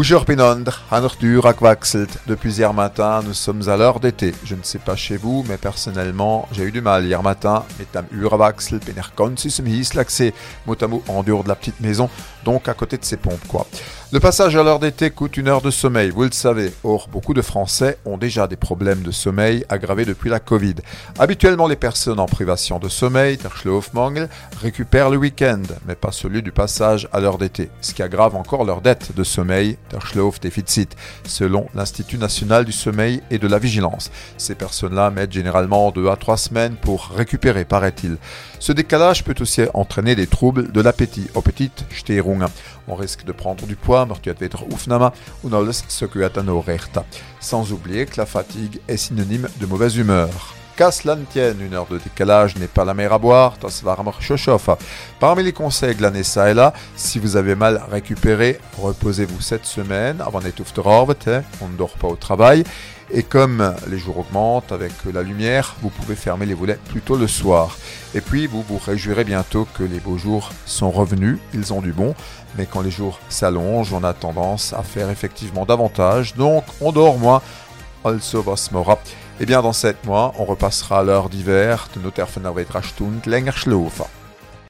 Bonjour Pinondre, Hanurtur a gewechselt. Depuis hier matin, nous sommes à l'heure d'été. Je ne sais pas chez vous, mais personnellement, j'ai eu du mal hier matin. Mit am Uhrwechsel bin ich ganz aus dem Hieslaxé, mot à mot en dehors de la petite maison, donc à côté de ces pompes quoi. Le passage à l'heure d'été coûte 1 heure de sommeil, vous le savez. Or, beaucoup de Français ont déjà des problèmes de sommeil aggravés depuis la Covid. Habituellement, les personnes en privation de sommeil, der Schlafmangel, récupèrent le week-end, mais pas celui du passage à l'heure d'été, ce qui aggrave encore leur dette de sommeil, der Schlafdefizit, selon l'Institut national du sommeil et de la vigilance. Ces personnes-là mettent généralement 2 à 3 semaines pour récupérer, paraît-il. Ce décalage peut aussi entraîner des troubles de l'appétit, Appetitstörungen. On risque de prendre du poids, maar tu het weer oefnama, und alles ce que rechter. Sans oublier que la fatigue est synonyme de mauvaise humeur. Qu'à cela ne tienne, 1 heure de décalage n'est pas la mer à boire, das warmer Schochofa. Parmi les conseils glanés ça et là, si vous avez mal récupéré, reposez-vous cette semaine, avant on ne dort pas au travail. Et comme les jours augmentent avec la lumière, vous pouvez fermer les volets plus tôt le soir. Et puis vous vous réjouirez bientôt que les beaux jours sont revenus, ils ont du bon. Mais quand les jours s'allongent, on a tendance à faire effectivement davantage. Donc on dort moins, also was mora. Et bien dans 7 mois, on repassera à l'heure d'hiver, de noter von der Wetrastund länger schlafen.